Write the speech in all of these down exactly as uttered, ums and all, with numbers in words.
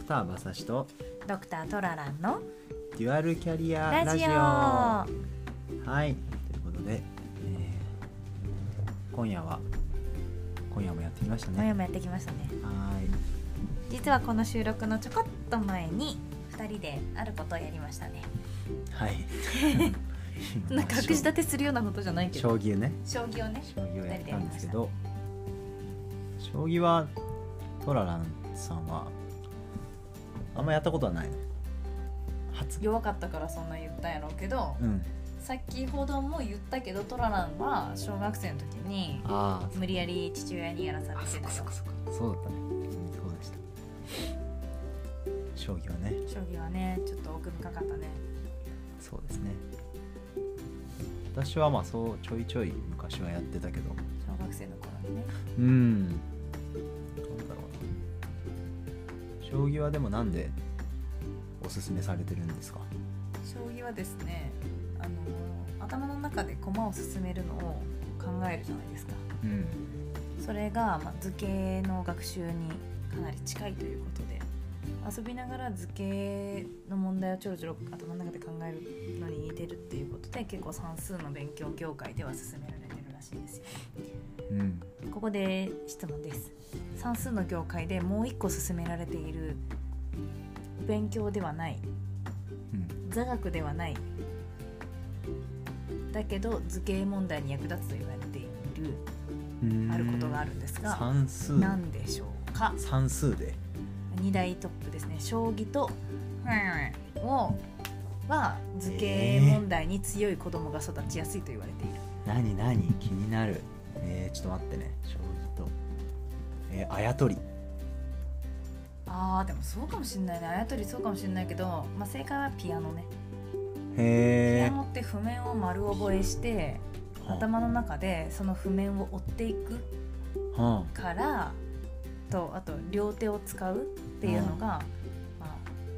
クター馬刺しとドクタートラランのデュアルキャリアラジオ。 ラジオはい、ということで、えー、今夜は今夜もやってきましたね。 今夜もやってきましたね。 はい。 実はこの収録のちょこっと前にふたりであることをやりましたね。 はいなんか隠し立てするようなことじゃないけど、 将棋をね将棋をね将棋をやったんですけど、将棋はトラランさんはあんまやったことはないの？初弱かったからそんな言ったんやろうけど、 うん、 先ほども言ったけどトラランは小学生の時にあ無理やり父親にやらされてたよ。 そうだったね、そうでした。将棋はね将棋はねちょっと奥深かったね。 そうですね。私はまあそうちょいちょい昔はやってたけど、 小学生の頃にね。 うんなんだろうな。将棋はでもなんでおすすめされてるんですか？ 将棋はですね、あの頭の中で駒を進めるのを考えるじゃないですか。 うん、 それが、まあ、図形の学習にかなり近いということで、遊びながら図形の問題をちょろちょろ頭の中で考えるのに似てるっていうことで、結構算数の勉強業界では進められてるらしいんですよ。 うん、 ここで質問です。算数の業界でもう一個進められている勉強ではない、 うん、 座学ではないだけど図形問題に役立つと言われているあることがあるんですが、 算数何でしょうか？ 算数でに大トップですね。将棋とをは図形問題に強い子供が育ちやすいと言われている。 何何気になる。えー、ちょっと待ってね。将棋と、えー、あやとり。 あーでもそうかもしれないね。あやとりそうかもしれないけど、まあ、正解はピアノね。 へー。 ピアノって譜面を丸覚えして頭の中でその譜面を追っていくからと、あと両手を使うっていうのが、まあ、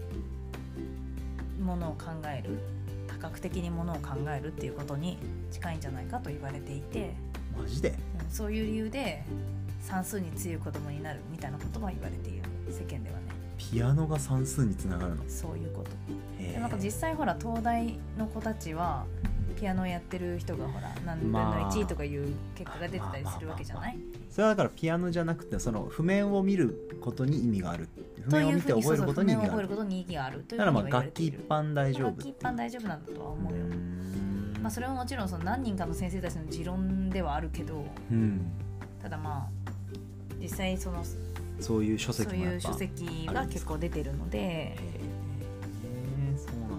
ものを考える、多角的にものを考えるっていうことに近いんじゃないかと言われていて、 マジで？ うん、そういう理由で算数に強い子供になるみたいなことは言われている、世間ではね。 ピアノが算数につながるの？ そういうこと。 へー。 でなんか実際ほら東大の子たちはピアノやってる人がほら何分のいちとかいう結果が出てたりするわけじゃない？ それはだからピアノじゃなくてその譜面を見ることに意味がある。譜面を見て覚えることに意味がある。 譜面を覚えることに意義があるというだからまあふうに言われ楽器一ている。 般大丈夫。 楽器一般大丈夫なんだとは思うよ。 うーん、 まあそれはもちろんその何人かの先生たちの持論ではあるけど、 うん、 ただまあ実際そのそういう書籍そういうもやっぱ書籍は結構出てるので、 へー、そうなんだ。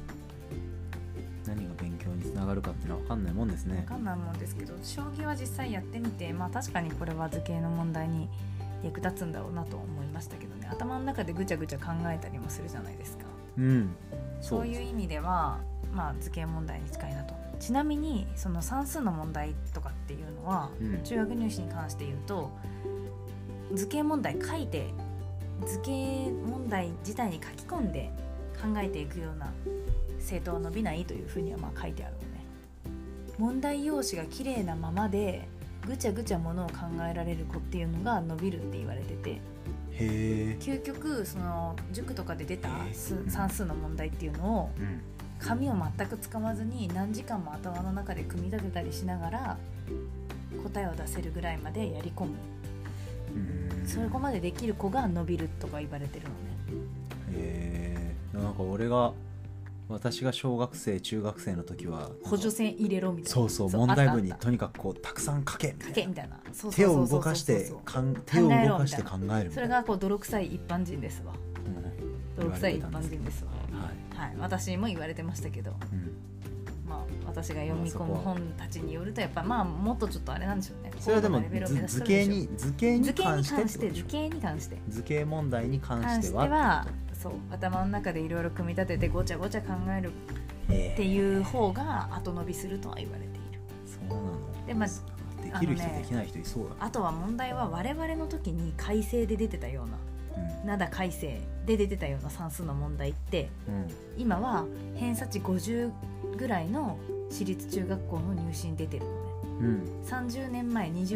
何が勉強につながるかっていうのは分かんないもんですね。 分かんないもんですけど、将棋は実際やってみて、まあ確かにこれは図形の問題に役立つんだろうなと思いましたけどね。頭の中でぐちゃぐちゃ考えたりもするじゃないですか。 うん、 そういう意味では、まあ、図形問題に近いなと。ちなみにその算数の問題とかっていうのは、 うん、 中学入試に関して言うと図形問題書いて図形問題自体に書き込んで考えていくような生徒は伸びないというふうにはまあ書いてあるのね。問題用紙が綺麗なままでぐちゃぐちゃものを考えられる子っていうのが伸びるって言われてて、 へー、 究極その塾とかで出たへー算数の問題っていうのをうん、 紙を全く使わずに何時間も頭の中で組み立てたりしながら答えを出せるぐらいまでやり込む、 うん、 そこまでできる子が伸びるとか言われてるのね。 へー、なんか俺が私が小学生中学生の時は補助線入れろみたいな。 そうそう、問題文にとにかくこうたくさん書けみたいな、 書けみたいな。そう手をそうそうそう動かしてそうかん手を動かして考えるみたいな。 それがこう泥臭い一般人ですわ。 うん、 泥臭い一般人ですわ。 はい、 はい、私も言われてましたけど、 うん、 まあ私が読み込む本たちによるとやっぱまあもっとちょっとあれなんでしょうね。 それはでも高度なレベルを目指し図てるんでしょう。 形に図形に図形に関して関して図形に関して図形問題に関関しててしははそう頭の中でいろいろ組み立ててごちゃごちゃ考えるっていう方が後伸びするとは言われている。 そうなの。 で、まあ、 できる人、 あのねできない人いそうだ。 あとは問題は我々の時に改正で出てたような、 うん、 灘改正で出てたような算数の問題ってうん、 今は偏差値ごじゅうぐらいの私立中学校の入試に出てるのね。 うん、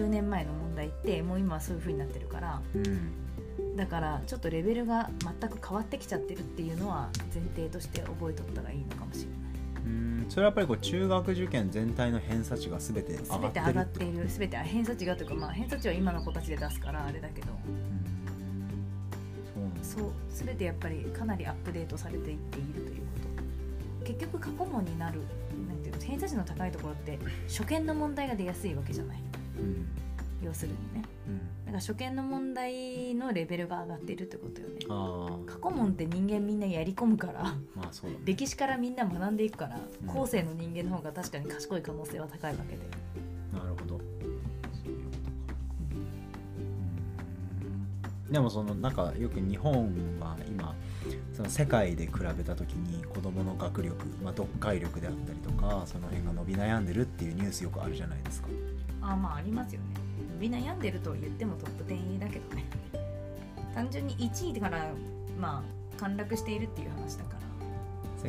さんじゅうねんまえにじゅうねんまえの問題ってもう今はそういう風になってるから、 うん、 だからちょっとレベルが全く変わってきちゃってるっていうのは前提として覚えとったらいいのかもしれない。 うん、それはやっぱりこう中学受験全体の偏差値が全て上がってる全て上がっている、全て偏差値がというか、まあ、偏差値は今の子たちで出すからあれだけど、 うん、そうなんだ。 そう全てやっぱりかなりアップデートされていっているということ。結局過去問になるなんていうの、偏差値の高いところって初見の問題が出やすいわけじゃない、 うん、 要するにね、うん、だから初見の問題のレベルが上がっているってことよね。あ、過去問って人間みんなやり込むから、まあそうだね、歴史からみんな学んでいくから、うん、後世の人間の方が確かに賢い可能性は高いわけで。 なるほど、そういうことか。うん、でもそのなんかよく日本は今その世界で比べた時に子どもの学力、まあ、読解力であったりとかその辺が伸び悩んでるっていうニュースよくあるじゃないですか。 あ、まあありますよね。伸び悩んでると言ってもトップじゅう入りだけどね。単純にいちいからまあ陥落しているっていう話だから、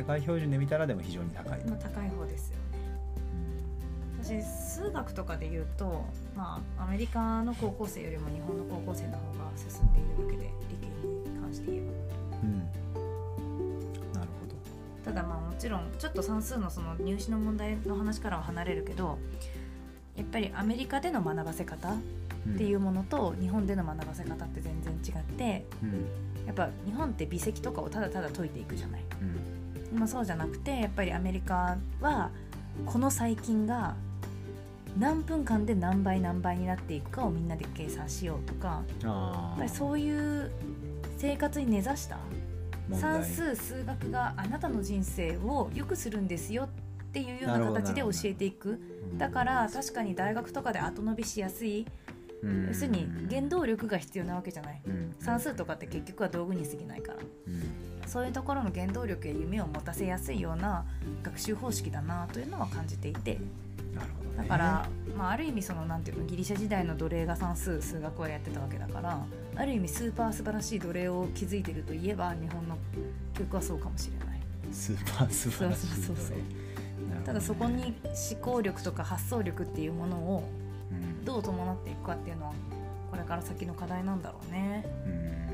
世界標準で見たらでも非常に高い、 まあ、高い方ですよね。私数学とかで言うと、まあ、アメリカの高校生よりも日本の高校生の方が進んでいるわけで、理系に関して言えば、うん、 なるほど。 ただまあもちろんちょっと算数のその入試の問題の話からは離れるけど、やっぱりアメリカでの学ばせ方っていうものと日本での学ばせ方って全然違って、うん、やっぱ日本って微積とかをただただ解いていくじゃない、うん、まあそうじゃなくてやっぱりアメリカはこの細菌が何分間で何倍何倍になっていくかをみんなで計算しようとか、やっぱりそういう生活に根ざした算数数学があなたの人生を良くするんですよっていうような形で教えていく。だから確かに大学とかで後伸びしやすい、要するに原動力が必要なわけじゃない、うん、算数とかって結局は道具に過ぎないから、うん、そういうところの原動力や夢を持たせやすいような学習方式だなというのは感じていて、 なるほどね、 だから、まあ、ある意味そのなんていうのギリシャ時代の奴隷が算数数学はやってたわけだから、ある意味スーパー素晴らしい奴隷を築いているといえば日本の教育はそうかもしれない。 スーパー素晴らしい奴隷、 そうそうそうそう、ただそこに思考力とか発想力っていうものをどう伴っていくかっていうのはこれから先の課題なんだろうね。うーん、なるほど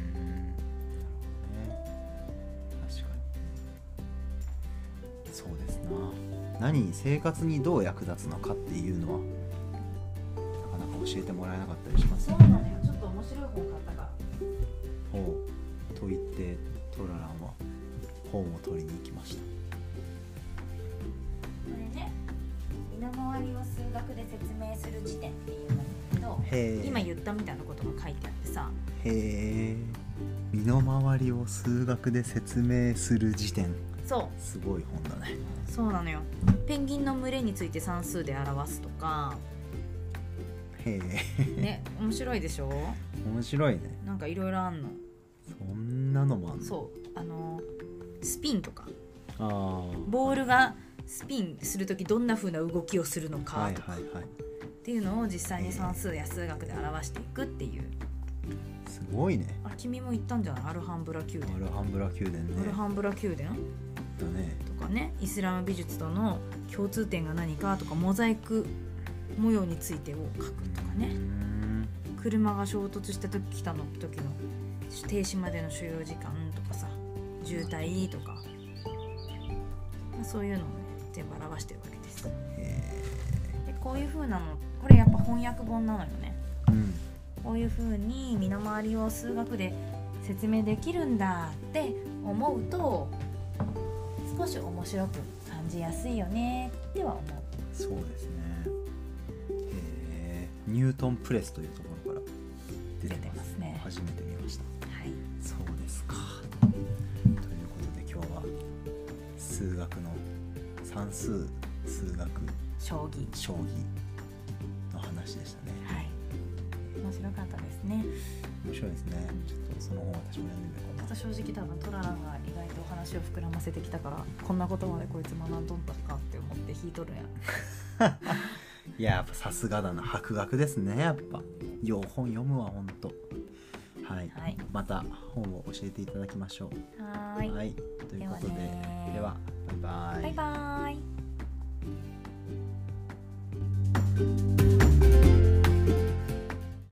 ね。確かにそうですな。何生活にどう役立つのかっていうのはなかなか教えてもらえなかったりします、 ね、そうなのよ。ちょっと面白い本買ったから。 ほうと言ってトラランは本を取りに行きました。 身の回りを数学で説明する辞典っていうのだけど、今言ったみたいなことが書いてあってさ、 へー、身の回りを数学で説明する辞典。 そう、 すごい本だね。 そうなのよ。ペンギンの群れについて算数で表すとか、 へーね、面白いでしょ。 面白いね。 なんかいろいろあんの。 そんなのもあんの。 そう、あのスピンとか、 あ、 ボールがスピンするときどんな風な動きをするのかとか、はいはいはい、っていうのを実際に算数や数学で表していくっていう。 すごいね。 あ、君も行ったんじゃない？アルハンブラ宮殿。 アルハンブラ宮殿ね。 アルハンブラ宮殿だね。とかね、イスラム美術との共通点が何かとか、モザイク模様についてを書くとかね、車が衝突した時来たの時の停止までの所要時間とかさ、渋滞とか、まあ、そういうのをね全部表してるわけです。でこういう風なの、これやっぱ翻訳本なのよね、うん、こういう風に身の回りを数学で説明できるんだって思うと少し面白く感じやすいよねっては思う。 そうですね。へー、ニュートンプレスというところから出てます。 出てますね。 初めて見ました。 はい。 そうですか。ということで今日は数学の算数、数学、 将棋、 将棋の話でしたね。 はい。面白かったですね。 面白いですね。ちょっとその本私も読んでみようかな。 正直多分トラランが意外とお話を膨らませてきたから、こんなことまでこいつ学んどったかって思って引いとるやん。 いや、やっぱさすがだな。博学ですね。やっぱよう本読むわほんと。はい、はい、また本を教えていただきましょう。 はい、 はい、ということで、ではバイバイ。 バイバイ。